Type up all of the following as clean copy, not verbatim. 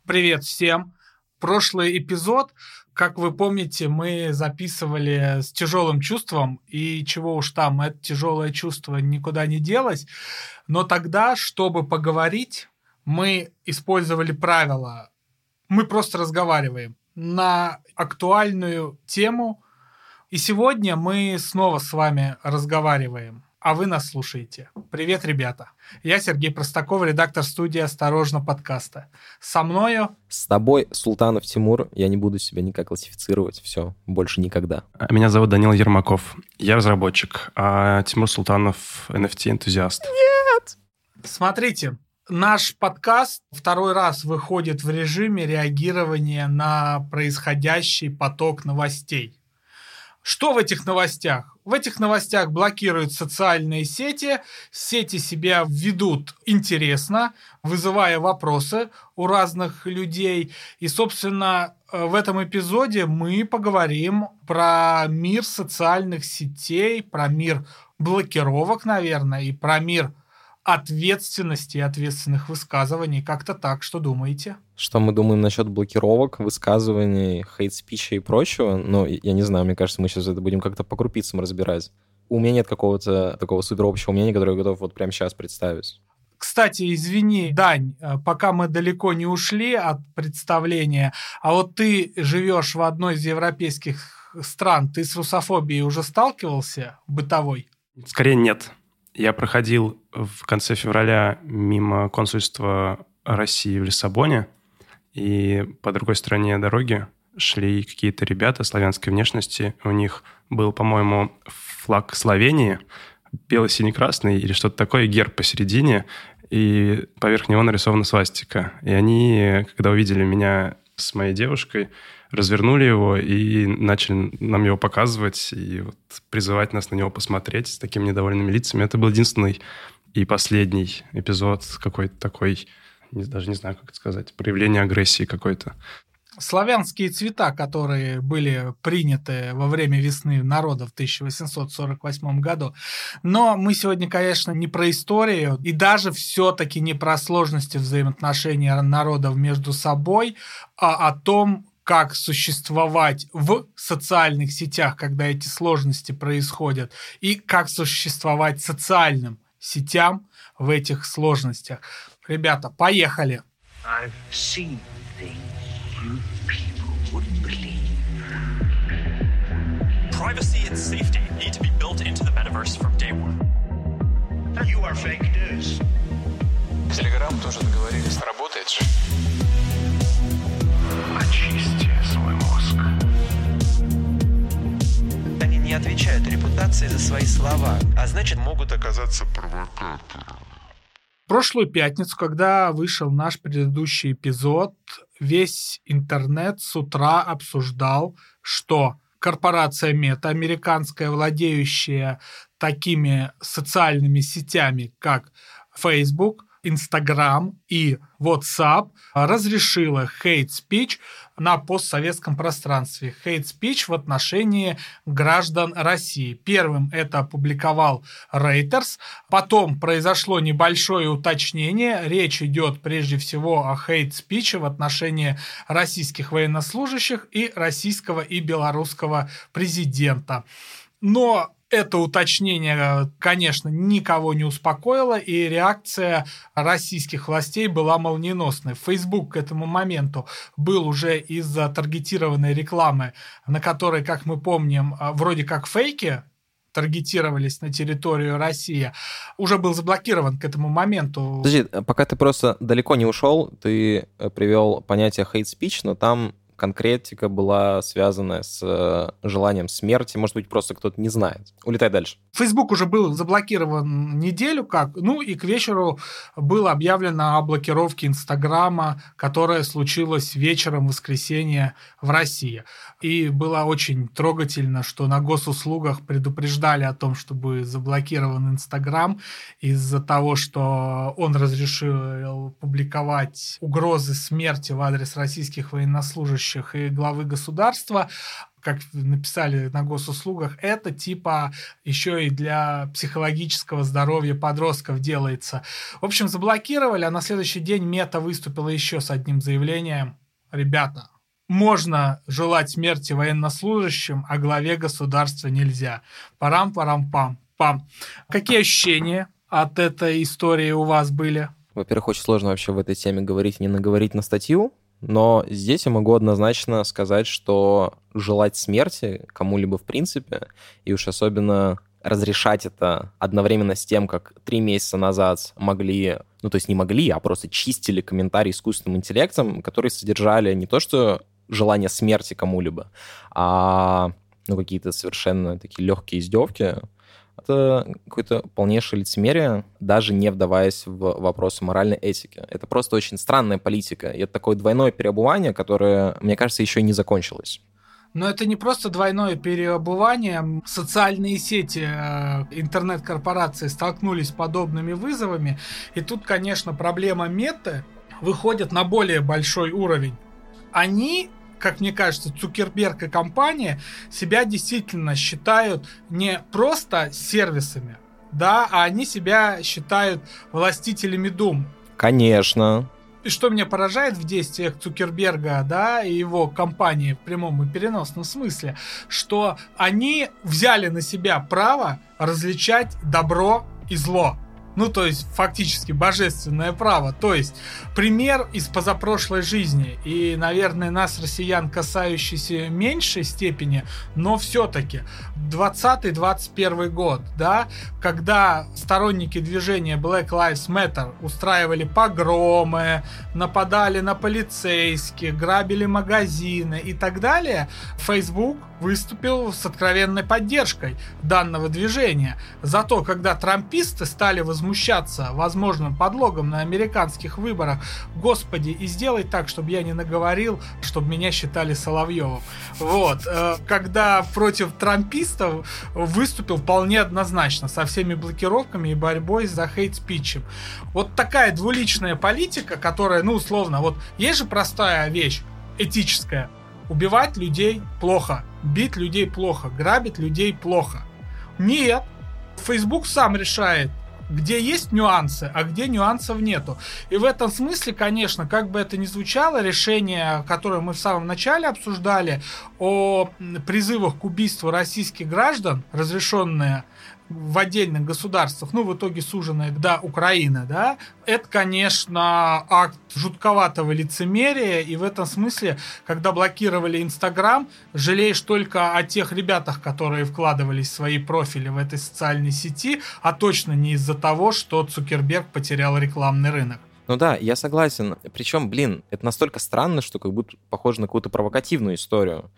Привет всем! Прошлый эпизод, как вы помните, мы записывали с тяжелым чувством, и чего уж там, это тяжелое чувство никуда не делось. Но тогда, чтобы поговорить, мы использовали правило. Мы просто разговариваем на актуальную тему. И сегодня мы снова с вами разговариваем, а вы нас слушаете. Привет, ребята! Я Сергей Простаков, редактор студии «Осторожно» подкаста. Со мною... С тобой Султанов Тимур. Я не буду себя никак классифицировать. Все, больше никогда. Меня зовут Данил Ермаков. Я разработчик, а Тимур Султанов NFT-энтузиаст. Нет! Смотрите, наш подкаст второй раз выходит в режиме реагирования на происходящий поток новостей. Что в этих новостях? В этих новостях блокируют социальные сети, сети себя ведут интересно, вызывая вопросы у разных людей. И, собственно, в этом эпизоде мы поговорим про мир социальных сетей, про мир блокировок, наверное, и про мир ответственности и ответственных высказываний. Как-то так, что думаете? Что мы думаем насчет блокировок, высказываний, хейт-спича и прочего? Ну, я не знаю, мне кажется, мы сейчас это будем как-то по крупицам разбирать. У меня нет какого-то такого суперобщего мнения, которое я готов вот прямо сейчас представить. Кстати, извини, Дань, пока мы далеко не ушли от представления, а вот ты живешь в одной из европейских стран, ты с русофобией уже сталкивался бытовой? Скорее нет. Я проходил в конце февраля мимо консульства России в Лиссабоне, и по другой стороне дороги шли какие-то ребята славянской внешности. У них был, по-моему, флаг Словении, бело-синий-красный или что-то такое, герб посередине, и поверх него нарисована свастика. И они, когда увидели меня с моей девушкой, развернули его и начали нам его показывать и вот призывать нас на него посмотреть с такими недовольными лицами. Это был единственный и последний эпизод какой-то такой, даже не знаю, как это сказать, проявление агрессии какой-то. Славянские цвета, которые были приняты во время весны народа в 1848 году. Но мы сегодня, конечно, не про историю и даже все-таки не про сложности взаимоотношений народов между собой, а о том, как существовать в социальных сетях, когда эти сложности происходят, и как существовать социальным сетям в этих сложностях. Ребята, поехали! Privacy and safety need to be built into the metaverse from day one. You are fake news. Телеграм тоже договорились. Работает же. Очисти свой мозг. Они не отвечают репутации за свои слова, а значит могут оказаться провокатором. В прошлую пятницу, когда вышел наш предыдущий эпизод, весь интернет с утра обсуждал, что корпорация Мета, американская, владеющая такими социальными сетями, как Facebook, Instagram и WhatsApp, разрешила hate speech на постсоветском пространстве. Hate speech в отношении граждан России. Первым это опубликовал Reuters. Потом произошло небольшое уточнение. Речь идет прежде всего о hate speech в отношении российских военнослужащих и российского и белорусского президента. Но это уточнение, конечно, никого не успокоило, и реакция российских властей была молниеносной. Facebook к этому моменту был уже из-за таргетированной рекламы, на которой, как мы помним, вроде как фейки таргетировались на территорию России, уже был заблокирован к этому моменту. Подожди, пока ты просто далеко не ушел, ты привел понятие hate speech, но там конкретика была связана с желанием смерти. Может быть, просто кто-то не знает. Улетай дальше. Facebook уже был заблокирован неделю как, ну и к вечеру было объявлено о блокировке Инстаграма, которая случилась вечером воскресенья в России. И было очень трогательно, что на госуслугах предупреждали о том, что будет заблокирован Инстаграм из-за того, что он разрешил публиковать угрозы смерти в адрес российских военнослужащих и главы государства. как написали на госуслугах, это типа еще и для психологического здоровья подростков делается. В общем, заблокировали, а на следующий день Мета выступила еще с одним заявлением. Ребята, можно желать смерти военнослужащим, а главе государства нельзя. Парам-парам-пам. Какие ощущения от этой истории у вас были? Во-первых, очень сложно вообще в этой теме говорить, не наговорить на статью, но здесь я могу однозначно сказать, что желать смерти кому-либо в принципе, и уж особенно разрешать это одновременно с тем, как 3 месяца назад могли, ну то есть не могли, а просто чистили комментарии искусственным интеллектом, которые содержали не то что желание смерти кому-либо, а какие-то совершенно такие легкие издевки. Это какое-то полнейшее лицемерие, даже не вдаваясь в вопросы моральной этики. Это просто очень странная политика. И это такое двойное переобувание, которое, мне кажется, еще и не закончилось. Но это не просто двойное переобувание. Социальные сети, интернет-корпорации столкнулись с подобными вызовами. И тут, конечно, проблема Меты выходит на более большой уровень. Они, как мне кажется, Цукерберг и компания себя действительно считают не просто сервисами, да, а они себя считают властителями дум. Конечно. И что меня поражает в действиях Цукерберга, да, и его компании в прямом и переносном смысле, что они взяли на себя право различать добро и зло. Ну, то есть, фактически, божественное право. То есть, пример из позапрошлой жизни. И, наверное, нас, россиян, касающийся в меньшей степени, но все-таки 20-21 год, да, когда сторонники движения Black Lives Matter устраивали погромы, нападали на полицейских, грабили магазины и так далее, Facebook выступил с откровенной поддержкой данного движения. Зато, когда трамписты стали возмущаться возможным подлогом на американских выборах, господи, и сделай так, чтобы я не наговорил, чтобы меня считали Соловьевым. Вот. Когда против трампистов выступил вполне однозначно, со всеми блокировками и борьбой за хейт-спичем. Вот такая двуличная политика, которая, ну, условно, вот есть же простая вещь, этическая. Убивать людей плохо, бить людей плохо, грабить людей плохо. Нет. Facebook сам решает, где есть нюансы, а где нюансов нету. И в этом смысле, конечно, как бы это ни звучало, решение, которое мы в самом начале обсуждали, о призывах к убийству российских граждан, разрешенное в отдельных государствах, ну, в итоге суженная до Украины, да, это, конечно, акт жутковатого лицемерия, и в этом смысле, когда блокировали Инстаграм, жалеешь только о тех ребятах, которые вкладывались в свои профили в этой социальной сети, а точно не из-за того, что Цукерберг потерял рекламный рынок. Ну да, я согласен. Причем, это настолько странно, что как будто похоже на какую-то провокативную историю.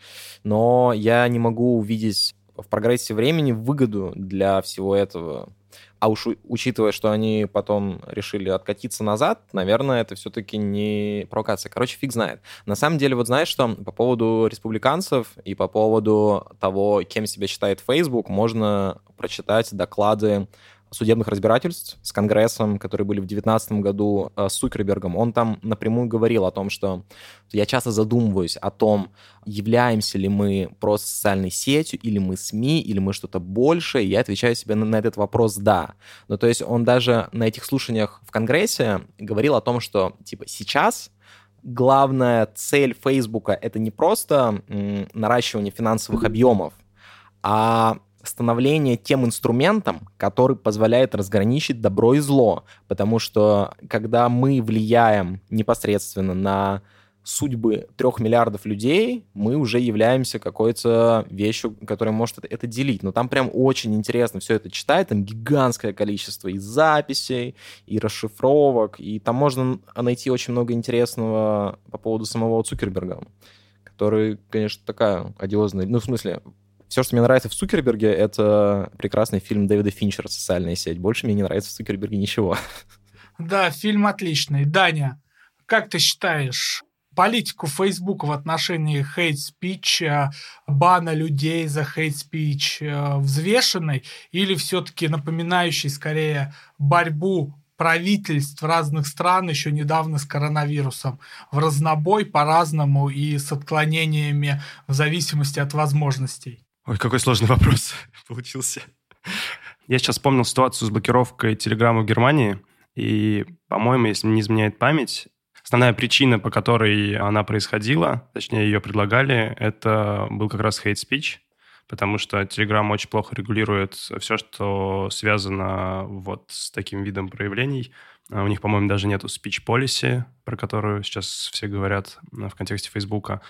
Но я не могу увидеть в прогрессе времени выгоду для всего этого. А уж учитывая, что они потом решили откатиться назад, наверное, это все-таки не провокация. Короче, фиг знает. На самом деле, вот знаешь что, по поводу республиканцев и по поводу того, кем себя считает Facebook, можно прочитать доклады судебных разбирательств с Конгрессом, которые были в 2019 году с Цукербергом. Он там напрямую говорил о том, что я часто задумываюсь о том, являемся ли мы просто социальной сетью, или мы СМИ, или мы что-то большее. Я отвечаю себе на этот вопрос «да». Ну, то есть он даже на этих слушаниях в Конгрессе говорил о том, что типа сейчас главная цель Фейсбука — это не просто наращивание финансовых объемов, а становление тем инструментом, который позволяет разграничить добро и зло. Потому что когда мы влияем непосредственно на судьбы 3 миллиардов людей, мы уже являемся какой-то вещью, которая может это делить. Но там прям очень интересно все это читать. Там гигантское количество и записей, и расшифровок. И там можно найти очень много интересного по поводу самого Цукерберга, который, конечно, такая одиозная... Ну, в смысле... Все, что мне нравится в Цукерберге, это прекрасный фильм Дэвида Финчера «Социальная сеть». Больше мне не нравится в Цукерберге ничего. Да, фильм отличный. Даня, как ты считаешь, политику Facebook в отношении хейт-спича, бана людей за хейт-спич взвешенной или все-таки напоминающей скорее борьбу правительств разных стран еще недавно с коронавирусом в разнобой по-разному и с отклонениями в зависимости от возможностей? Ой, какой сложный вопрос получился. Я сейчас вспомнил ситуацию с блокировкой Телеграма в Германии, и, по-моему, если мне не изменяет память, основная причина, по которой она происходила, точнее, ее предлагали, это был как раз hate speech, потому что Telegram очень плохо регулирует все, что связано вот с таким видом проявлений. У них, по-моему, даже нету speech policy, про которую сейчас все говорят в контексте Фейсбука.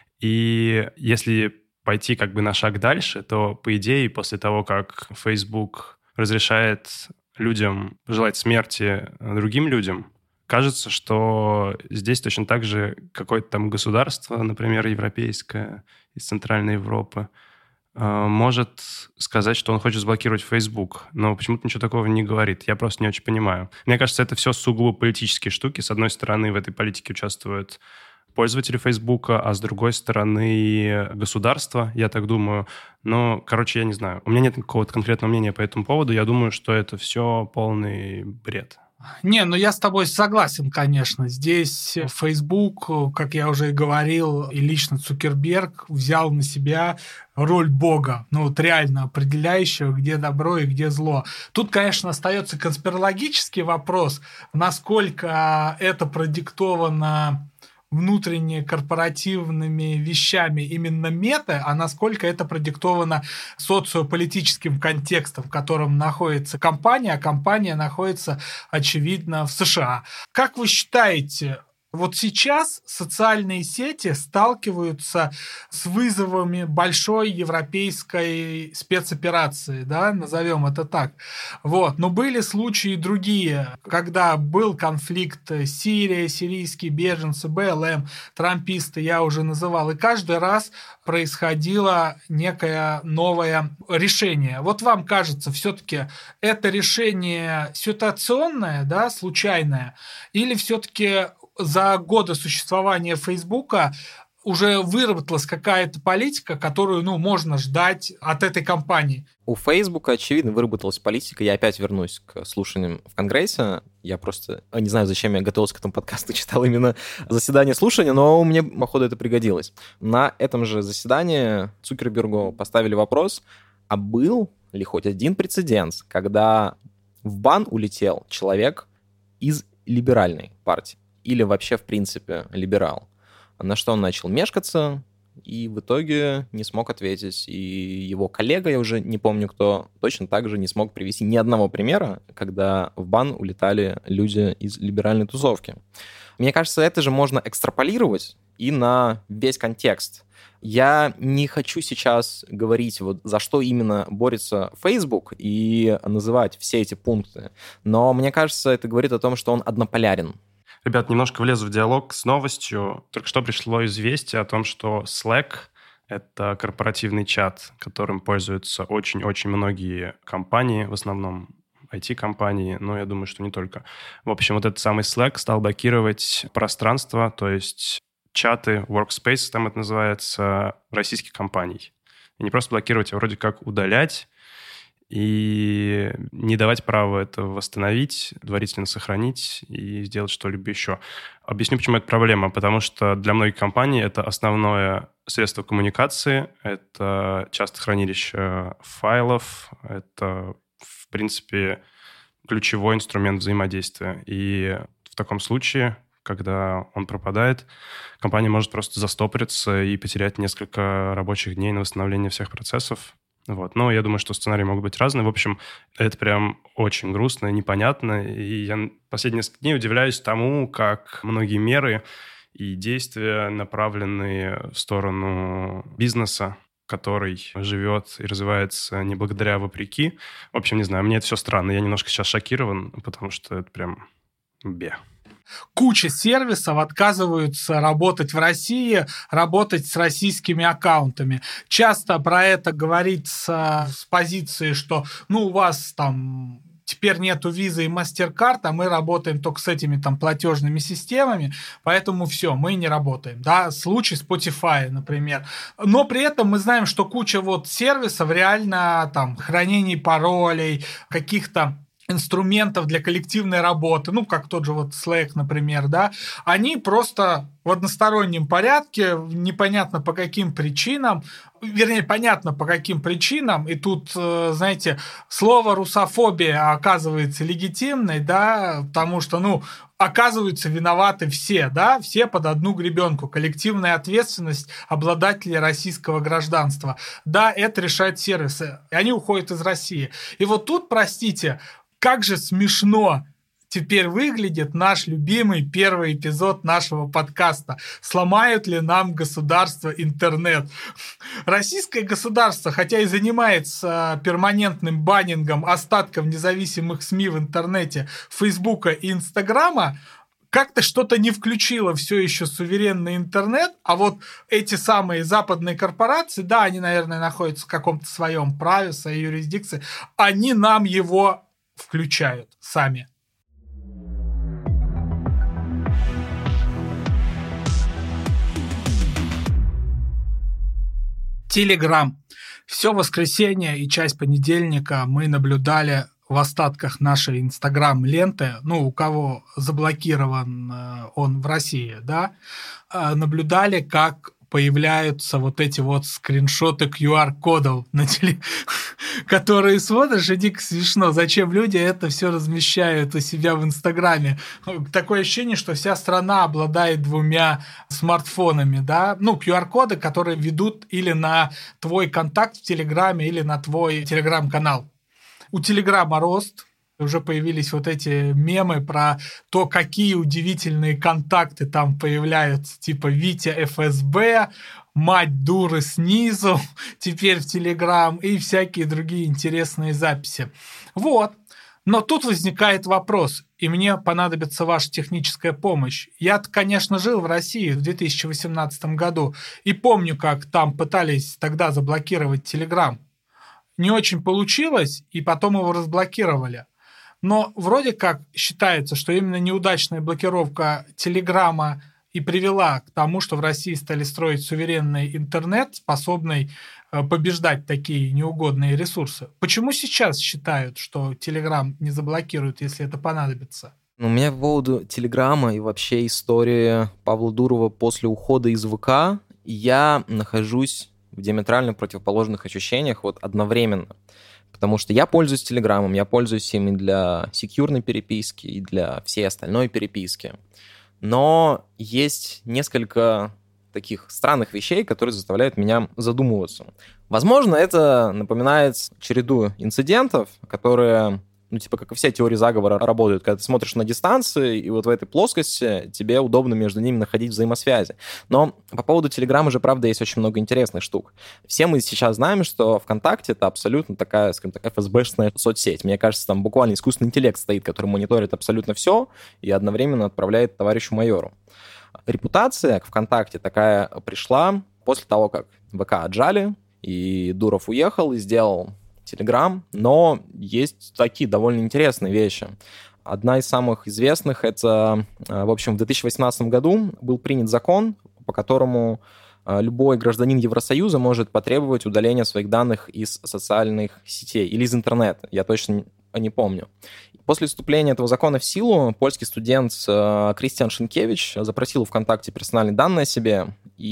И если пойти как бы на шаг дальше, то, по идее, после того, как Facebook разрешает людям желать смерти другим людям, кажется, что здесь точно так же какое-то там государство, например, европейское, из Центральной Европы, может сказать, что он хочет заблокировать Facebook, но почему-то ничего такого не говорит. Я просто не очень понимаю. Мне кажется, это все сугубо политические штуки. С одной стороны, в этой политике участвуют пользователи Facebook, а с другой стороны государство, я так думаю. Но, короче, я не знаю. У меня нет какого-то конкретного мнения по этому поводу. Я думаю, что это все полный бред. Не, ну я с тобой согласен, конечно. Здесь Facebook, как я уже и говорил, и лично Цукерберг взял на себя роль бога, ну вот реально определяющего, где добро и где зло. Тут, конечно, остается конспирологический вопрос, насколько это продиктовано внутренне корпоративными вещами именно меты, а насколько это продиктовано социополитическим контекстом, в котором находится компания, а компания находится, очевидно, в США. Как вы считаете, вот сейчас социальные сети сталкиваются с вызовами большой европейской спецоперации, да, назовем это так. Вот. Но были случаи другие, когда был конфликт Сирия, сирийские беженцы, БЛМ, трамписты, я уже называл, и каждый раз происходило некое новое решение. Вот вам кажется, все-таки это решение ситуационное, да, случайное, или все-таки за годы существования Фейсбука уже выработалась какая-то политика, которую, можно ждать от этой компании? У Фейсбука, очевидно, выработалась политика. Я опять вернусь к слушаниям в Конгрессе. Я просто не знаю, зачем я готовился к этому подкасту, читал именно заседание слушания, но мне, походу, это пригодилось. На этом же заседании Цукербергу поставили вопрос, а был ли хоть один прецедент, когда в бан улетел человек из либеральной партии или вообще, в принципе, либерал. На что он начал мешкаться, и в итоге не смог ответить. И его коллега, я уже не помню кто, точно так же не смог привести ни одного примера, когда в бан улетали люди из либеральной тусовки. Мне кажется, это же можно экстраполировать и на весь контекст. Я не хочу сейчас говорить, вот за что именно борется Facebook и называть все эти пункты, но мне кажется, это говорит о том, что он однополярен. Ребят, немножко влезу в диалог с новостью. Только что пришло известие о том, что Slack — это корпоративный чат, которым пользуются очень-очень многие компании, в основном IT-компании, но я думаю, что не только. В общем, вот этот самый Slack стал блокировать пространство, то есть чаты, workspace, там это называется, российских компаний. И не просто блокировать, а вроде как удалять, и не давать права это восстановить, предварительно сохранить и сделать что-либо еще. Объясню, почему это проблема. Потому что для многих компаний это основное средство коммуникации, это часто хранилище файлов, это, в принципе, ключевой инструмент взаимодействия. И в таком случае, когда он пропадает, компания может просто застопориться и потерять несколько рабочих дней на восстановление всех процессов. Вот. Но я думаю, что сценарии могут быть разные. В общем, это прям очень грустно, непонятно. И я последние несколько дней удивляюсь тому, как многие меры и действия направлены в сторону бизнеса, который живет и развивается не благодаря, а вопреки. В общем, не знаю, мне это все странно. Я немножко сейчас шокирован, потому что это прям бе. Куча сервисов отказываются работать в России, работать с российскими аккаунтами. Часто про это говорится с позиции, что у вас там теперь нету визы и MasterCard, а мы работаем только с этими там платежными системами, поэтому все, мы не работаем. Да? Случай Spotify, например. Но при этом мы знаем, что куча сервисов реально там хранений паролей, каких-то инструментов для коллективной работы, ну, как тот же вот Slack, например, да, они просто в одностороннем порядке, непонятно по каким причинам, вернее, понятно по каким причинам, и тут, знаете, слово русофобия оказывается легитимной, да, потому что, ну, оказываются виноваты все, да, все под одну гребенку, коллективная ответственность обладателей российского гражданства. Да, это решают сервисы, и они уходят из России. И вот тут, простите, как же смешно теперь выглядит наш любимый первый эпизод нашего подкаста. Сломают ли нам государство интернет? Российское государство, хотя и занимается перманентным баннингом остатков независимых СМИ в интернете, Фейсбука и Инстаграма, как-то что-то не включило все еще суверенный интернет, а вот эти самые западные корпорации, да, они, наверное, находятся в каком-то своем праве, своей юрисдикции, они нам его включают сами. Телеграм. Все воскресенье и часть понедельника мы наблюдали в остатках нашей Инстаграм-ленты, ну, у кого заблокирован он в России, да, наблюдали, как появляются вот эти вот скриншоты QR-кодов, которые смотришь, и дико смешно. Зачем люди это все размещают у себя в Инстаграме? Такое ощущение, что вся страна обладает 2 смартфонами, да? Ну, QR-коды, которые ведут или на твой контакт в Телеграме, или на твой Телеграм-канал. У Телеграма рост. Уже появились вот эти мемы про то, какие удивительные контакты там появляются, типа Витя ФСБ, мать дуры снизу, теперь в Телеграм, и всякие другие интересные записи. Вот. Но тут возникает вопрос, и мне понадобится ваша техническая помощь. Я-то, конечно, жил в России в 2018 году, и помню, как там пытались тогда заблокировать Телеграм. Не очень получилось, и потом его разблокировали. Но вроде как считается, что именно неудачная блокировка Телеграма и привела к тому, что в России стали строить суверенный интернет, способный побеждать такие неугодные ресурсы. Почему сейчас считают, что Телеграм не заблокируют, если это понадобится? У меня по поводу Телеграма и вообще истории Павла Дурова после ухода из ВК, я нахожусь в диаметрально противоположных ощущениях вот одновременно. Потому что я пользуюсь Телеграмом, я пользуюсь им и для секьюрной переписки, и для всей остальной переписки. Но есть несколько таких странных вещей, которые заставляют меня задумываться. Возможно, это напоминает череду инцидентов, которые, ну, типа, как и вся теория заговора, работают, когда ты смотришь на дистанции, и вот в этой плоскости тебе удобно между ними находить взаимосвязи. Но по поводу Телеграма же, правда, есть очень много интересных штук. Все мы сейчас знаем, что ВКонтакте — это абсолютно такая, скажем так, ФСБшная соцсеть. Мне кажется, там буквально искусственный интеллект стоит, который мониторит абсолютно все и одновременно отправляет товарищу майору. Репутация к ВКонтакте такая пришла после того, как ВК отжали, и Дуров уехал и сделал Телеграм, но есть такие довольно интересные вещи. Одна из самых известных — это, в общем, в 2018 году был принят закон, по которому любой гражданин Евросоюза может потребовать удаления своих данных из социальных сетей или из интернета, я точно не помню. После вступления этого закона в силу польский студент Кристиан Шенкевич запросил в ВКонтакте персональные данные о себе,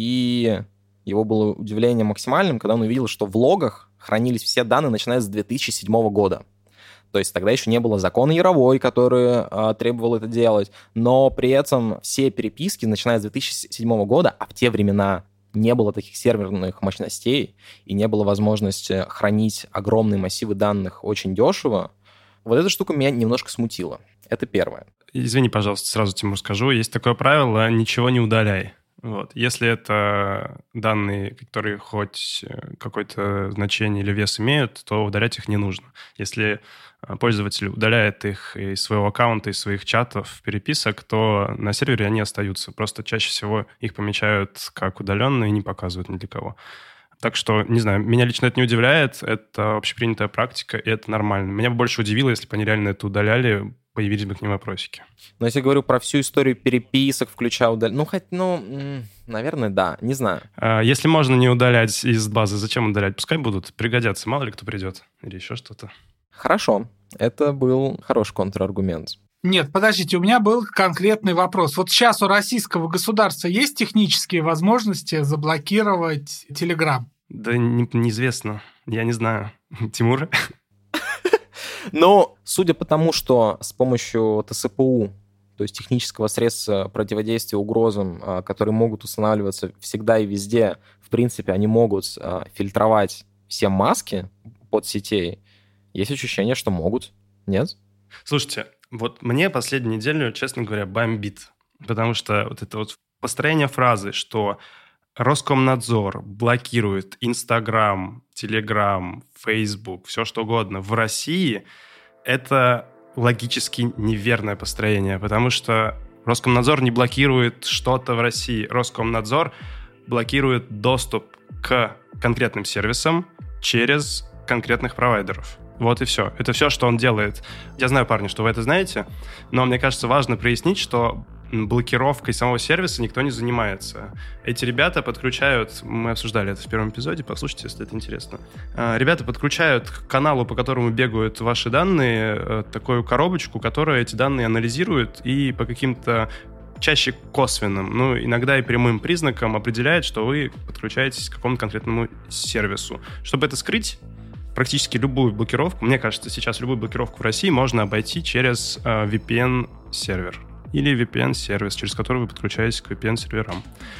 и его было удивление максимальным, когда он увидел, что в логах хранились все данные, начиная с 2007 года. То есть тогда еще не было закона Яровой, который требовал это делать, но при этом все переписки, начиная с 2007 года, а в те времена не было таких серверных мощностей и не было возможности хранить огромные массивы данных очень дешево, вот эта штука меня немножко смутила. Это первое. Извини, пожалуйста, сразу Тимур скажу. Есть такое правило: ничего не удаляй. Вот. Если это данные, которые хоть какое-то значение или вес имеют, то удалять их не нужно. Если пользователь удаляет их из своего аккаунта, из своих чатов, переписок, то на сервере они остаются. Просто чаще всего их помечают как удаленные и не показывают ни для кого. Так что, не знаю, меня лично это не удивляет, это общепринятая практика, и это нормально. Меня бы больше удивило, если бы они реально это удаляли, появились бы к ним вопросики. Но если я говорю про всю историю переписок, включая удаление, наверное, да, не знаю. Если можно не удалять из базы, зачем удалять? Пускай будут, пригодятся, мало ли кто придет или еще что-то. Хорошо. Это был хороший контраргумент. Нет, подождите, у меня был конкретный вопрос. Вот сейчас у российского государства есть технические возможности заблокировать Telegram? Да неизвестно. Я не знаю. Тимур? Но судя по тому, что с помощью ТСПУ, то есть технического средства противодействия угрозам, которые могут устанавливаться всегда и везде, в принципе, они могут фильтровать все маски подсетей, есть ощущение, что могут. Нет? Слушайте, вот мне последнюю неделю, честно говоря, бомбит. Потому что вот это вот построение фразы, что Роскомнадзор блокирует Инстаграм, Телеграм, Фейсбук, все что угодно в России, это логически неверное построение, потому что Роскомнадзор не блокирует что-то в России. Роскомнадзор блокирует доступ к конкретным сервисам через конкретных провайдеров. Вот и все. Это все, что он делает. Я знаю, парни, что вы это знаете, но мне кажется, важно прояснить, что блокировкой самого сервиса никто не занимается. Эти ребята подключают, мы обсуждали это в первом эпизоде, послушайте, если это интересно. Ребята подключают к каналу, по которому бегают ваши данные, такую коробочку, которая эти данные анализирует и по каким-то чаще косвенным, ну, иногда и прямым признакам определяет, что вы подключаетесь к какому-то конкретному сервису. Чтобы это скрыть, практически любую блокировку, мне кажется, сейчас любую блокировку в России можно обойти через VPN-сервер или VPN-сервис, через который вы подключаетесь к VPN-серверам.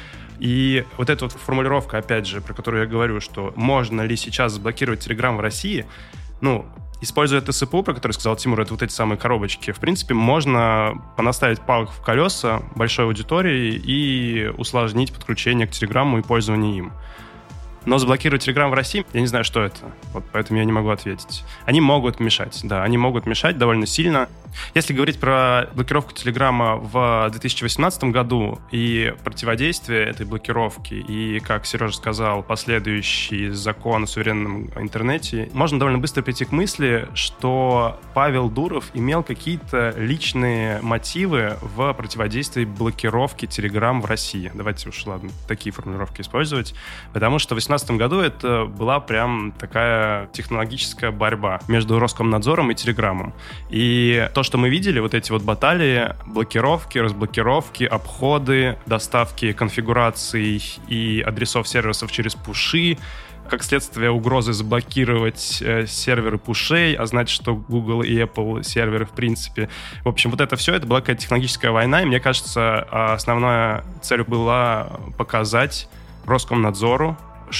И вот эта вот формулировка, опять же, про которую я говорю, что можно ли сейчас заблокировать Telegram в России, ну, используя ТСПУ, про который сказал Тимур, это вот эти самые коробочки, в принципе, можно понаставить палок в колеса большой аудитории и усложнить подключение к Телеграму и пользование им. Но заблокировать Telegram в России, я не знаю, что это. Вот поэтому я не могу ответить. Они могут мешать, да, они могут мешать довольно сильно. Если говорить про блокировку Телеграма в 2018 году и противодействие этой блокировке, и, как Сережа сказал, последующий закон о суверенном интернете, можно довольно быстро прийти к мысли, что Павел Дуров имел какие-то личные мотивы в противодействии блокировки Телеграм в России. Давайте уж, ладно, такие формулировки использовать. Потому что в 2018 году это была прям такая технологическая борьба между Роскомнадзором и Телеграмом. И то, что мы видели, вот эти вот баталии, блокировки, разблокировки, обходы, доставки конфигураций и адресов сервисов через пуши, как следствие угрозы заблокировать серверы пушей, а значит, что Google и Apple серверы в принципе. В общем, вот это все, это была какая-то технологическая война, и мне кажется, основная цель была показать Роскомнадзору,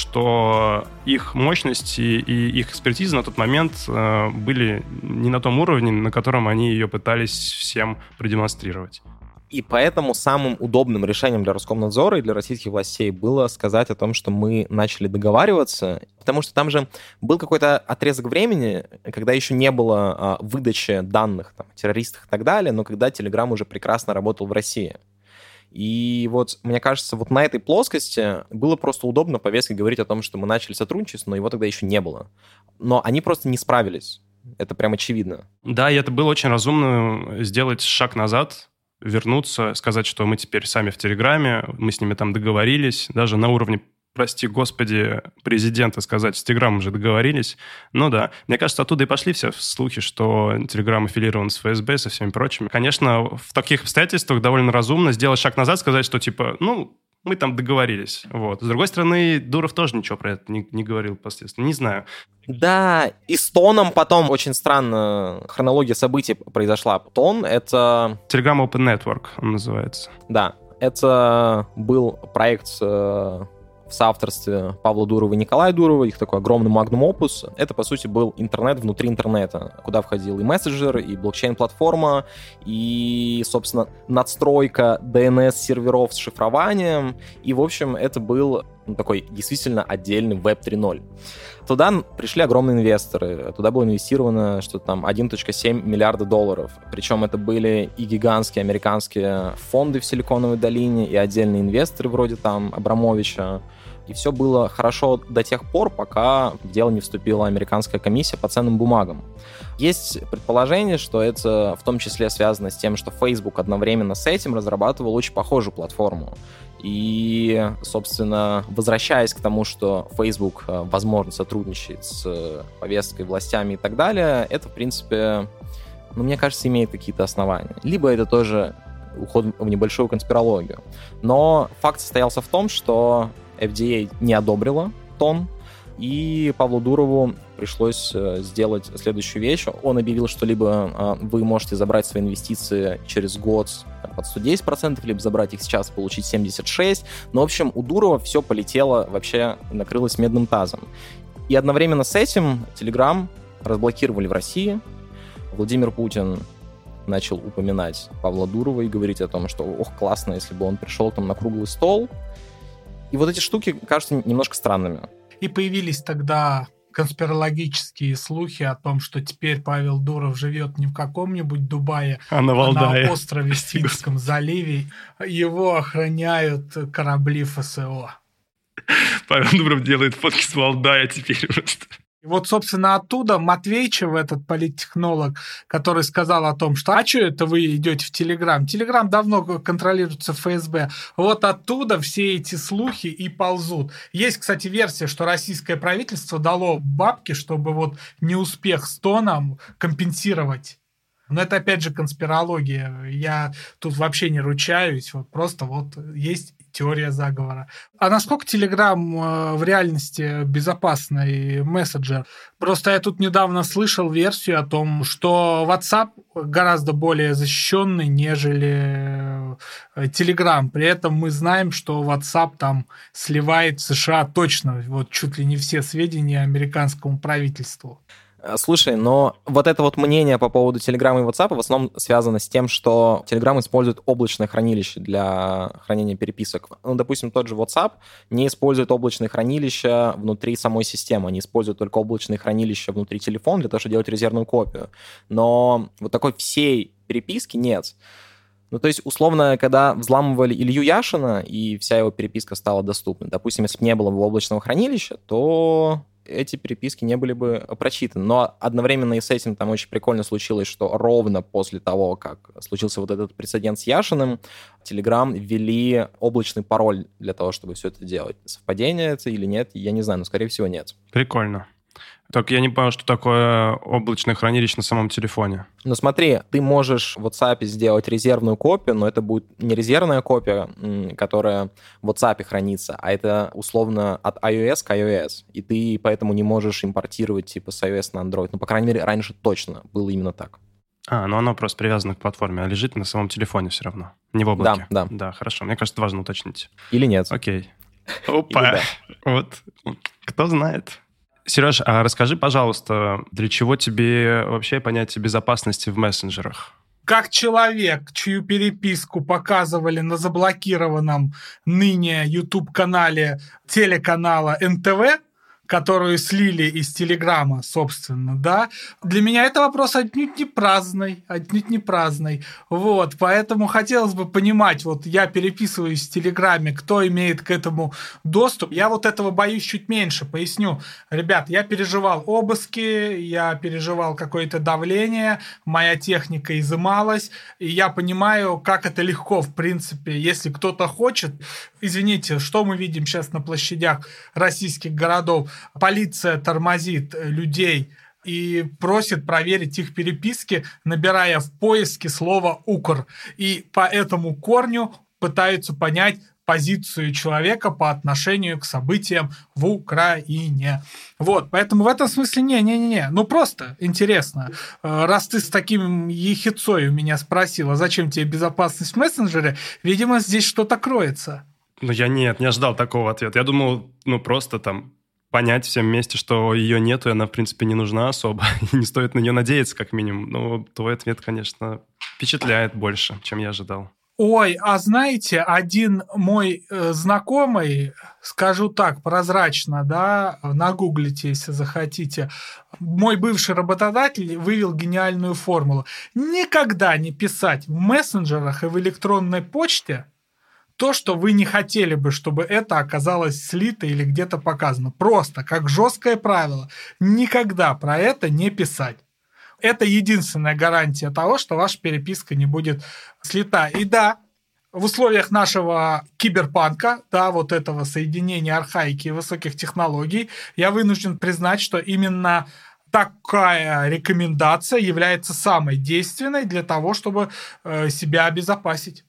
что их мощности и их экспертиза на тот момент были не на том уровне, на котором они ее пытались всем продемонстрировать. И поэтому самым удобным решением для Роскомнадзора и для российских властей было сказать о том, что мы начали договариваться, потому что там же был какой-то отрезок времени, когда еще не было выдачи данных там, о террористах и так далее, но когда Telegram уже прекрасно работал в России. И вот, мне кажется, вот на этой плоскости было просто удобно повестке говорить о том, что мы начали сотрудничество, но его тогда еще не было. Но они просто не справились. Это прям очевидно. Да, и это было очень разумно сделать шаг назад, вернуться, сказать, что мы теперь сами в Телеграме, мы с ними там договорились, даже на уровне, прости господи, президента сказать, с Телеграмом уже договорились. Ну да, мне кажется, оттуда и пошли все слухи, что Телеграм аффилирован с ФСБ, со всеми прочими. Конечно, в таких обстоятельствах довольно разумно сделать шаг назад, сказать, что типа, ну, мы там договорились. Вот. С другой стороны, Дуров тоже ничего про это не говорил впоследствии. Не знаю. Да, и с Тоном потом очень странно хронология событий произошла. Тон — это... Telegram Open Network он называется. Да, это был проект в соавторстве Павла Дурова и Николая Дурова, их такой огромный магнум опус. Это, по сути, был интернет внутри интернета, куда входил и мессенджер, и блокчейн-платформа, и, собственно, надстройка DNS-серверов с шифрованием. И, в общем, это был такой действительно отдельный Web 3.0. Туда пришли огромные инвесторы. Туда было инвестировано что-то там 1,7 миллиарда долларов. Причем это были и гигантские американские фонды в Силиконовой долине, и отдельные инвесторы вроде там Абрамовича. И все было хорошо до тех пор, пока в дело не вступила американская комиссия по ценным бумагам. Есть предположение, что это в том числе связано с тем, что Facebook одновременно с этим разрабатывал очень похожую платформу. И, собственно, возвращаясь к тому, что Facebook, возможно, сотрудничает с повесткой, властями и так далее, это, в принципе, мне кажется, имеет какие-то основания. Либо это тоже уход в небольшую конспирологию. Но факт состоялся в том, что FDA не одобрила тон, и Павлу Дурову пришлось сделать следующую вещь. Он объявил, что либо вы можете забрать свои инвестиции через год под 110%, либо забрать их сейчас и получить 76%. Но, в общем, у Дурова все полетело, вообще накрылось медным тазом. И одновременно с этим Telegram разблокировали в России. Владимир Путин начал упоминать Павла Дурова и говорить о том, что ох, классно, если бы он пришел к нам на круглый стол. И вот эти штуки кажутся немножко странными. И появились тогда конспирологические слухи о том, что теперь Павел Дуров живет не в каком-нибудь Дубае, а на Валдае, на острове Финском заливе. Его охраняют корабли ФСО. Павел Дуров делает фотки с Валдая теперь просто. И вот, собственно, оттуда Матвейчев, этот политтехнолог, который сказал о том, что «А что это вы идете в Телеграм? Телеграм давно контролируется ФСБ». Вот оттуда все эти слухи и ползут. Есть, кстати, версия, что российское правительство дало бабки, чтобы вот неуспех с тоном компенсировать. Но это, опять же, конспирология. Я тут вообще не ручаюсь. Вот просто вот есть теория заговора. А насколько Telegram в реальности безопасный мессенджер? Просто я тут недавно слышал версию о том, что WhatsApp гораздо более защищенный, нежели Telegram. При этом мы знаем, что WhatsApp там сливает в США точно вот чуть ли не все сведения американскому правительству. Слушай, но вот это вот мнение по поводу Telegram и WhatsApp в основном связано с тем, что Telegram использует облачное хранилище для хранения переписок. Ну, допустим, тот же WhatsApp не использует облачное хранилище внутри самой системы, они используют только облачное хранилище внутри телефона для того, чтобы делать резервную копию. Но вот такой всей переписки нет. Ну, то есть, условно, когда взламывали Илью Яшина, и вся его переписка стала доступна, допустим, если бы не было его облачного хранилища, то эти переписки не были бы прочитаны. Но одновременно и с этим там очень прикольно случилось, что ровно после того, как случился вот этот прецедент с Яшиным, Telegram ввели облачный пароль для того, чтобы все это делать. Совпадение это или нет, я не знаю, но, скорее всего, нет. Прикольно. Только я не понял, что такое облачное хранилище на самом телефоне. Ну смотри, ты можешь в WhatsApp сделать резервную копию, но это будет не резервная копия, которая в WhatsApp хранится, а это условно от iOS к iOS. И ты поэтому не можешь импортировать типа с iOS на Android. Ну, по крайней мере, раньше точно было именно так. Ну оно просто привязано к платформе, а лежит на самом телефоне все равно, не в облаке. Да. Да, хорошо. Мне кажется, важно уточнить. Или нет. Окей. Опа. Вот. Кто знает. Сереж, а расскажи, пожалуйста, для чего тебе вообще понятие безопасности в мессенджерах? Как человек, чью переписку показывали на заблокированном ныне YouTube-канале телеканала НТВ, которую слили из Телеграма, собственно, да, для меня это вопрос отнюдь не праздный. Вот, поэтому хотелось бы понимать, вот я переписываюсь в Телеграме, кто имеет к этому доступ. Я вот этого боюсь чуть меньше, поясню. Ребят, я переживал обыски, я переживал какое-то давление, моя техника изымалась, и я понимаю, как это легко, в принципе, если кто-то хочет. Извините, что мы видим сейчас на площадях российских городов? Полиция тормозит людей и просит проверить их переписки, набирая в поиске слово «укр». И по этому корню пытаются понять позицию человека по отношению к событиям в Украине. Вот, поэтому в этом смысле не. Ну, просто интересно. Раз ты с таким ехицой у меня спросила, зачем тебе безопасность в мессенджере, видимо, здесь что-то кроется. Ну, я не ожидал такого ответа. Я думал, просто там понять всем вместе, что ее нету, и она, в принципе, не нужна особо, и не стоит на нее надеяться, как минимум. Но твой ответ, конечно, впечатляет больше, чем я ожидал. Ой, а знаете, один мой знакомый, скажу так, прозрачно, да, нагуглите, если захотите, мой бывший работодатель вывел гениальную формулу. Никогда не писать в мессенджерах и в электронной почте то, что вы не хотели бы, чтобы это оказалось слито или где-то показано. Просто, как жесткое правило, никогда про это не писать. Это единственная гарантия того, что ваша переписка не будет слита. И да, в условиях нашего киберпанка, да, вот этого соединения архаики и высоких технологий, я вынужден признать, что именно такая рекомендация является самой действенной для того, чтобы себя обезопасить.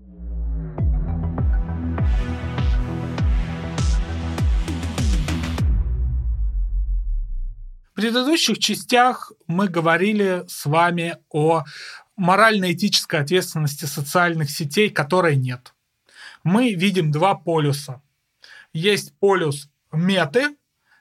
В предыдущих частях мы говорили с вами о морально-этической ответственности социальных сетей, которой нет. Мы видим два полюса. Есть полюс меты,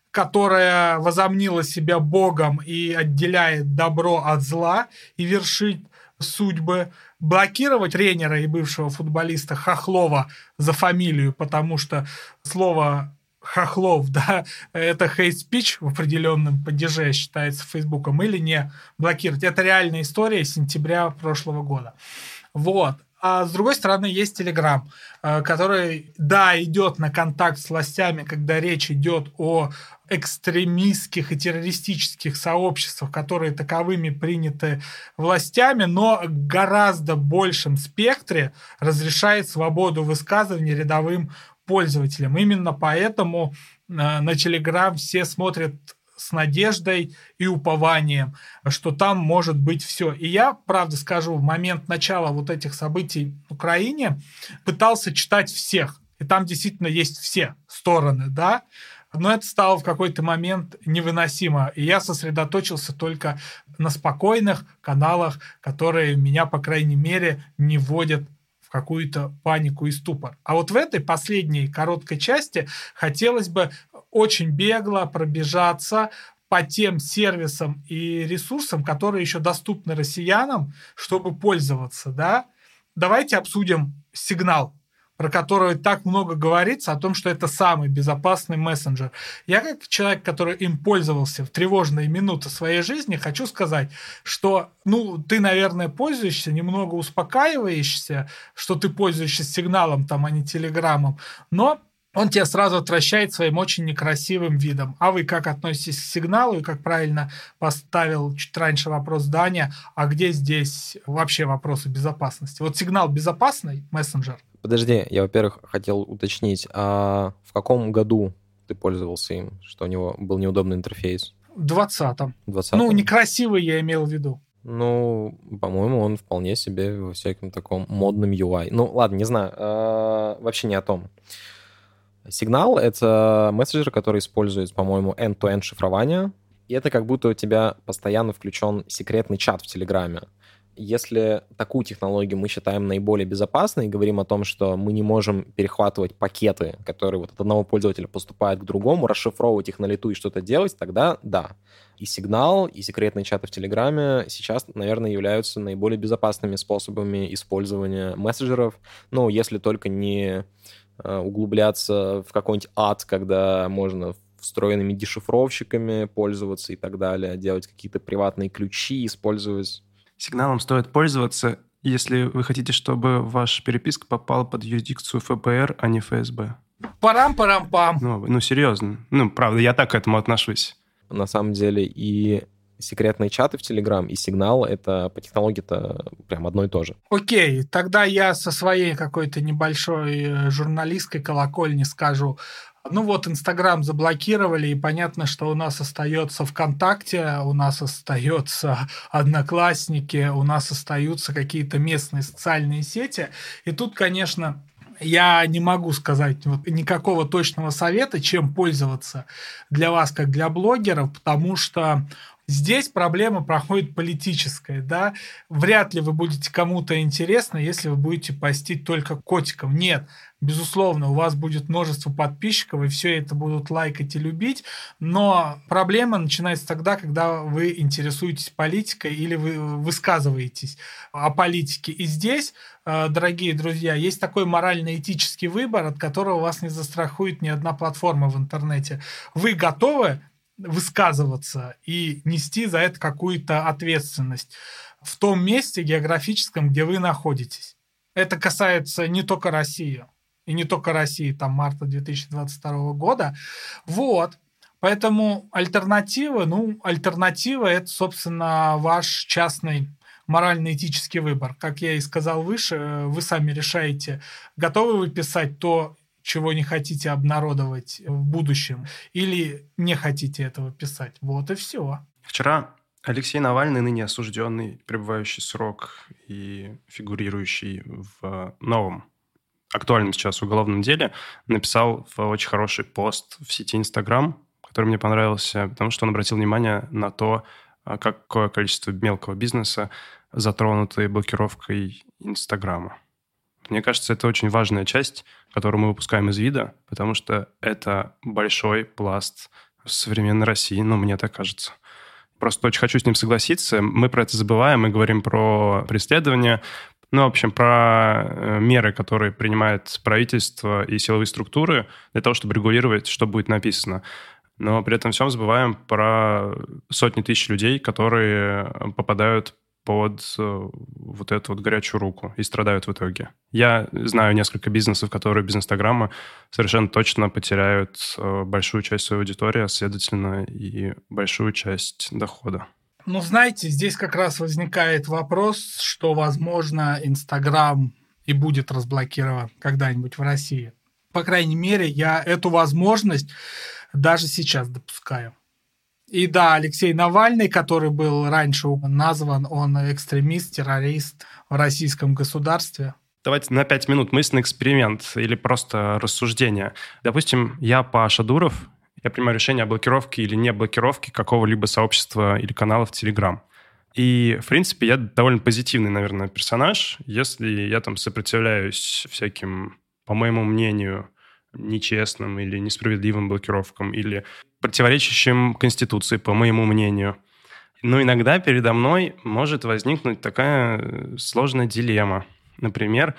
которая возомнила себя богом и отделяет добро от зла и вершит судьбы. Блокировать тренера и бывшего футболиста Хохлова за фамилию, потому что слово Хохлов, да, это hate speech в определенном падеже считается Фейсбуком, или не блокировать. Это реальная история сентября прошлого года. Вот. А с другой стороны, есть Telegram, который, да, идет на контакт с властями, когда речь идет о экстремистских и террористических сообществах, которые таковыми приняты властями, но в гораздо большем спектре разрешает свободу высказывания рядовым пользователям. Именно поэтому на Telegram все смотрят с надеждой и упованием, что там может быть все. И я, правда скажу, в момент начала вот этих событий в Украине пытался читать всех. И там действительно есть все стороны, да. Но это стало в какой-то момент невыносимо. И я сосредоточился только на спокойных каналах, которые меня, по крайней мере, не вводят какую-то панику и ступор. А вот в этой последней короткой части хотелось бы очень бегло пробежаться по тем сервисам и ресурсам, которые еще доступны россиянам, чтобы пользоваться. Да? Давайте обсудим Signal, про который так много говорится, о том, что это самый безопасный мессенджер. Я, как человек, который им пользовался в тревожные минуты своей жизни, хочу сказать, что ты, наверное, пользуешься, немного успокаиваешься, что ты пользуешься Сигналом, там, а не Телеграмом, но он тебя сразу отвращает своим очень некрасивым видом. А вы как относитесь к Сигналу? И как правильно поставил чуть раньше вопрос Даня, а где здесь вообще вопросы безопасности? Вот Сигнал безопасный мессенджер? Подожди, я, во-первых, хотел уточнить, а в каком году ты пользовался им, что у него был неудобный интерфейс? В 20-м. 20-м? Некрасивый я имел в виду. По-моему, он вполне себе во всяком таком модном UI. Ладно, не знаю. Вообще не о том. Сигнал — это мессенджер, который использует, по-моему, end-to-end шифрование. И это как будто у тебя постоянно включен секретный чат в Телеграме. Если такую технологию мы считаем наиболее безопасной и говорим о том, что мы не можем перехватывать пакеты, которые вот от одного пользователя поступают к другому, расшифровывать их на лету и что-то делать, тогда да. И Сигнал, и секретные чаты в Телеграме сейчас, наверное, являются наиболее безопасными способами использования мессенджеров. Если только не углубляться в какой-нибудь ад, когда можно встроенными дешифровщиками пользоваться и так далее, делать какие-то приватные ключи, использовать... Сигналом стоит пользоваться, если вы хотите, чтобы ваша переписка попала под юрисдикцию ФБР, а не ФСБ. Парам-парам-пам. Серьезно. Правда, я так к этому отношусь. На самом деле и секретные чаты в Telegram, и Сигнал — это по технологии-то прям одно и то же. Окей, тогда я со своей какой-то небольшой журналистской колокольни скажу. Инстаграм заблокировали, и понятно, что у нас остается ВКонтакте, у нас остается Одноклассники, у нас остаются какие-то местные социальные сети. И тут, конечно, я не могу сказать никакого точного совета, чем пользоваться для вас, как для блогеров, потому что здесь проблема проходит политическая, да. Вряд ли вы будете кому-то интересны, если вы будете постить только котиков. Нет, безусловно, у вас будет множество подписчиков, и все это будут лайкать и любить, но проблема начинается тогда, когда вы интересуетесь политикой или вы высказываетесь о политике. И здесь, дорогие друзья, есть такой морально-этический выбор, от которого вас не застрахует ни одна платформа в интернете. Вы готовы высказываться и нести за это какую-то ответственность в том месте географическом, где вы находитесь. Это касается не только России. И не только России, там, марта 2022 года. Вот. Поэтому альтернатива, это, собственно, ваш частный морально-этический выбор. Как я и сказал выше, вы сами решаете, готовы вы писать то, чего не хотите обнародовать в будущем, или не хотите этого писать. Вот и все. Вчера Алексей Навальный, ныне осужденный, пребывающий срок и фигурирующий в новом, актуальном сейчас уголовном деле, написал очень хороший пост в сети Instagram, который мне понравился, потому что он обратил внимание на то, какое количество мелкого бизнеса затронуты блокировкой Инстаграма. Мне кажется, это очень важная часть, которую мы выпускаем из вида, потому что это большой пласт современной России, мне так кажется. Просто очень хочу с ним согласиться. Мы про это забываем, мы говорим про преследование, в общем, про меры, которые принимает правительство и силовые структуры для того, чтобы регулировать, что будет написано. Но при этом всем забываем про сотни тысяч людей, которые попадают под вот эту горячую руку и страдают в итоге. Я знаю несколько бизнесов, которые без Инстаграма совершенно точно потеряют большую часть своей аудитории, а следовательно, и большую часть дохода. Знаете, здесь как раз возникает вопрос, что, возможно, Инстаграм и будет разблокирован когда-нибудь в России. По крайней мере, я эту возможность даже сейчас допускаю. И да, Алексей Навальный, который был раньше назван, он экстремист, террорист в российском государстве. Давайте на 5 минут мысленный эксперимент или просто рассуждение. Допустим, я Паша Дуров, я принимаю решение о блокировке или не блокировке какого-либо сообщества или канала в Telegram. И, в принципе, я довольно позитивный, наверное, персонаж, если я там сопротивляюсь всяким, по моему мнению, нечестным или несправедливым блокировкам или противоречащим Конституции, по моему мнению. Но иногда передо мной может возникнуть такая сложная дилемма. Например,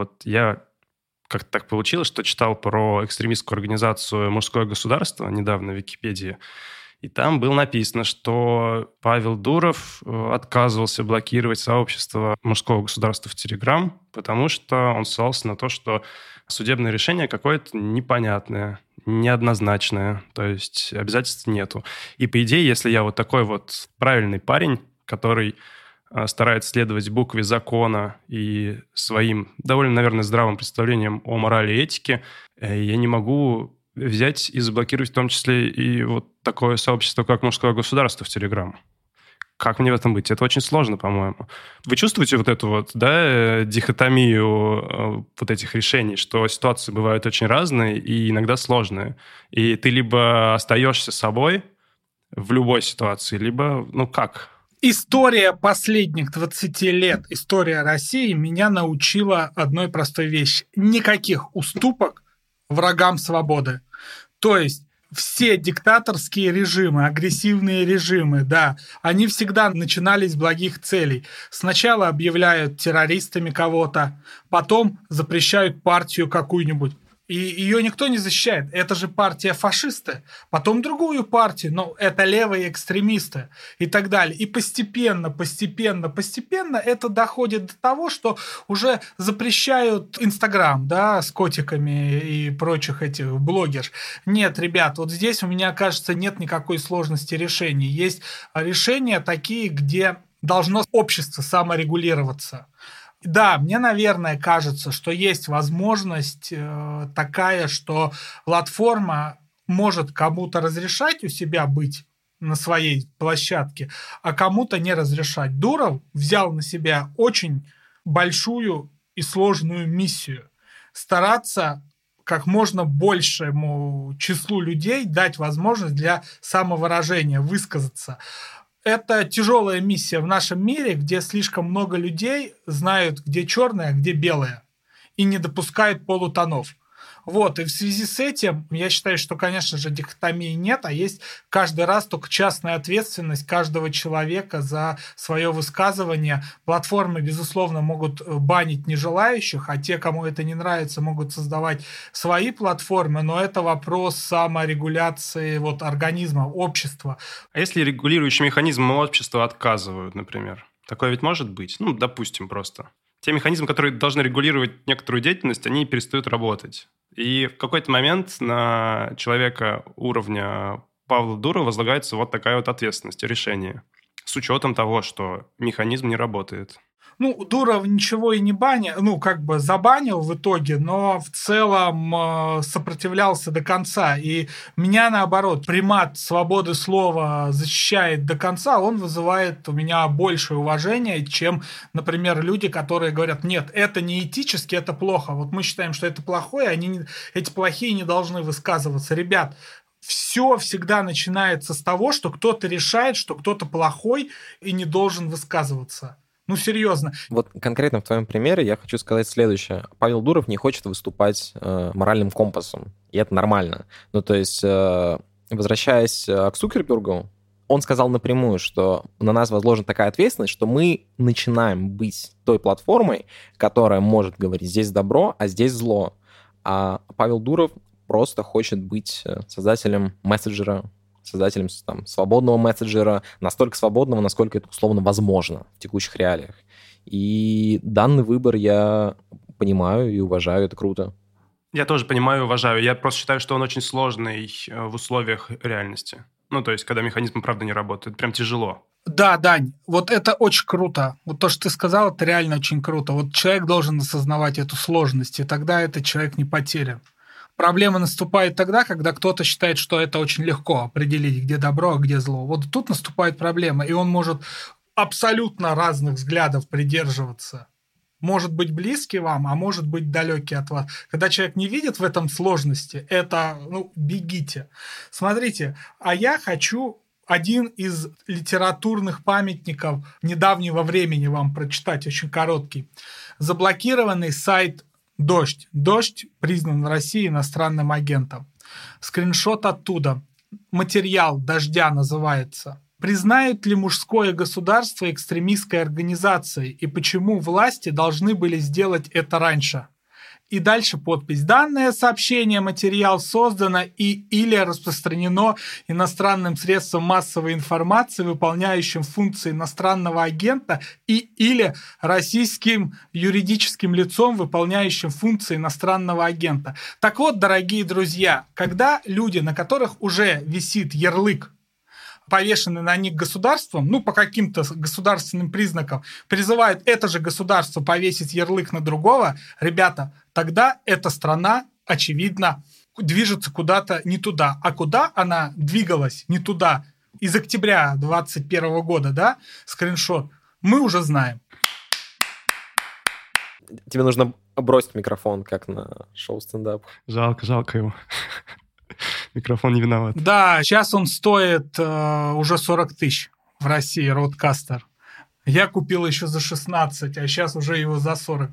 я как-то так получилось, что читал про экстремистскую организацию «Мужское государство» недавно в Википедии, и там было написано, что Павел Дуров отказывался блокировать сообщество «Мужского государства» в Telegram, потому что он ссылался на то, что судебное решение какое-то непонятное, неоднозначное, то есть обязательств нету. И по идее, если я такой правильный парень, который старается следовать букве закона и своим довольно, наверное, здравым представлением о морали и этике, я не могу взять и заблокировать в том числе и такое сообщество, как «Мужское государство» в Telegram. Как мне в этом быть? Это очень сложно, по-моему. Вы чувствуете эту дихотомию этих решений, что ситуации бывают очень разные и иногда сложные. И ты либо остаешься собой в любой ситуации, либо, как? История последних 20 лет, история России меня научила одной простой вещи. Никаких уступок врагам свободы. То есть все диктаторские режимы, агрессивные режимы, да, они всегда начинались с благих целей. Сначала объявляют террористами кого-то, потом запрещают партию какую-нибудь. И ее никто не защищает. Это же партия фашисты. Потом другую партию, но это левые экстремисты и так далее. И постепенно это доходит до того, что уже запрещают Инстаграм, да, с котиками и прочих этих блогерш. Нет, ребят, здесь у меня, кажется, нет никакой сложности решений. Есть решения такие, где должно общество саморегулироваться. Да, мне, наверное, кажется, что есть возможность такая, что платформа может кому-то разрешать у себя быть на своей площадке, а кому-то не разрешать. Дуров взял на себя очень большую и сложную миссию – стараться как можно большему числу людей дать возможность для самовыражения, высказаться. Это тяжелая миссия в нашем мире, где слишком много людей знают, где черное, а где белое, и не допускают полутонов. И в связи с этим я считаю, что, конечно же, дихотомии нет, а есть каждый раз только частная ответственность каждого человека за свое высказывание. Платформы, безусловно, могут банить нежелающих, а те, кому это не нравится, могут создавать свои платформы, но это вопрос саморегуляции организма, общества. А если регулирующие механизмы общества отказывают, например? Такое ведь может быть? Допустим, просто. те механизмы, которые должны регулировать некоторую деятельность, они перестают работать. И в какой-то момент на человека уровня Павла Дурова возлагается вот такая вот ответственность, решение, с учетом того, что механизм не работает. Дуров ничего и не банил, забанил в итоге, но в целом сопротивлялся до конца. И меня, наоборот, примат свободы слова защищает до конца, он вызывает у меня большее уважение, чем, например, люди, которые говорят, нет, это не этически, это плохо. Вот мы считаем, что это плохое, эти плохие не должны высказываться. Ребят, все всегда начинается с того, что кто-то решает, что кто-то плохой и не должен высказываться. Серьезно. Вот конкретно в твоем примере я хочу сказать следующее. Павел Дуров не хочет выступать моральным компасом, и это нормально. То есть, возвращаясь к Цукербергу, он сказал напрямую, что на нас возложена такая ответственность, что мы начинаем быть той платформой, которая может говорить, здесь добро, а здесь зло. А Павел Дуров просто хочет быть создателем мессенджера, создателем свободного мессенджера, настолько свободного, насколько это условно возможно в текущих реалиях. И данный выбор я понимаю и уважаю, это круто. Я тоже понимаю и уважаю. Я просто считаю, что он очень сложный в условиях реальности. То есть, когда механизм, правда, не работает. Прям тяжело. Да, Дань, вот это очень круто. Вот то, что ты сказал, это реально очень круто. Вот человек должен осознавать эту сложность, и тогда этот человек не потерян. Проблема наступает тогда, когда кто-то считает, что это очень легко определить, где добро, а где зло. Вот тут наступает проблема, и он может абсолютно разных взглядов придерживаться. Может быть близкий вам, а может быть далекий от вас. Когда человек не видит в этом сложности, это, бегите. Смотрите, а я хочу один из литературных памятников недавнего времени вам прочитать, очень короткий. Заблокированный сайт «Дождь». «Дождь» признан в России иностранным агентом. Скриншот оттуда. Материал «Дождя» называется. Признают ли мужское государство экстремистской организацией и почему власти должны были сделать это раньше? И дальше подпись. Данное сообщение, материал создано или распространено иностранным средством массовой информации, выполняющим функции иностранного агента или российским юридическим лицом, выполняющим функции иностранного агента. Так вот, дорогие друзья, когда люди, на которых уже висит ярлык, повешены на них государством, по каким-то государственным признакам, призывают это же государство повесить ярлык на другого, ребята, тогда эта страна, очевидно, движется куда-то не туда. А куда она двигалась не туда? Из октября 2021 года, да, скриншот, мы уже знаем. Тебе нужно бросить микрофон, как на шоу стендап. Жалко его. Микрофон не виноват. Да, сейчас он стоит уже 40 тысяч в России, Rodecaster. Я купил еще за 16, а сейчас уже его за 40.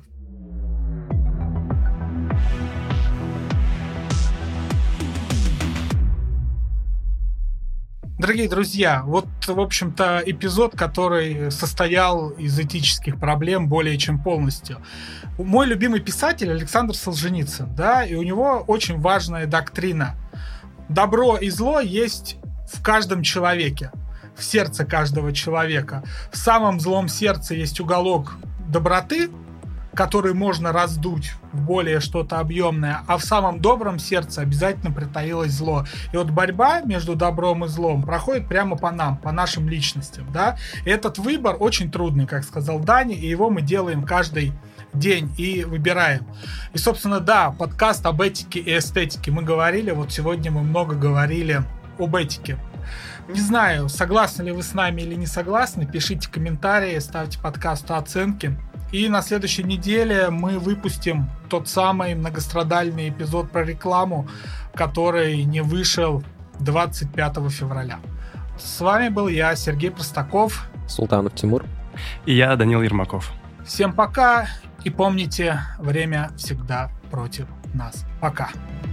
Дорогие друзья, вот, в общем-то, эпизод, который состоял из этических проблем более чем полностью. Мой любимый писатель Александр Солженицын, да, и у него очень важная доктрина. Добро и зло есть в каждом человеке, в сердце каждого человека. В самом злом сердце есть уголок доброты, который можно раздуть в более что-то объемное, а в самом добром сердце обязательно притаилось зло. И вот борьба между добром и злом проходит прямо по нам, по нашим личностям. Да? И этот выбор очень трудный, как сказал Даня, и его мы делаем каждый день и выбираем. И, собственно, да, подкаст об этике и эстетике. Мы говорили, вот сегодня мы много говорили об этике. Не знаю, согласны ли вы с нами или не согласны, пишите комментарии, ставьте подкасту оценки. И на следующей неделе мы выпустим тот самый многострадальный эпизод про рекламу, который не вышел 25 февраля. С вами был я, Сергей Простаков. Султанов Тимур. И я, Данил Ермаков. Всем пока. И помните, время всегда против нас. Пока.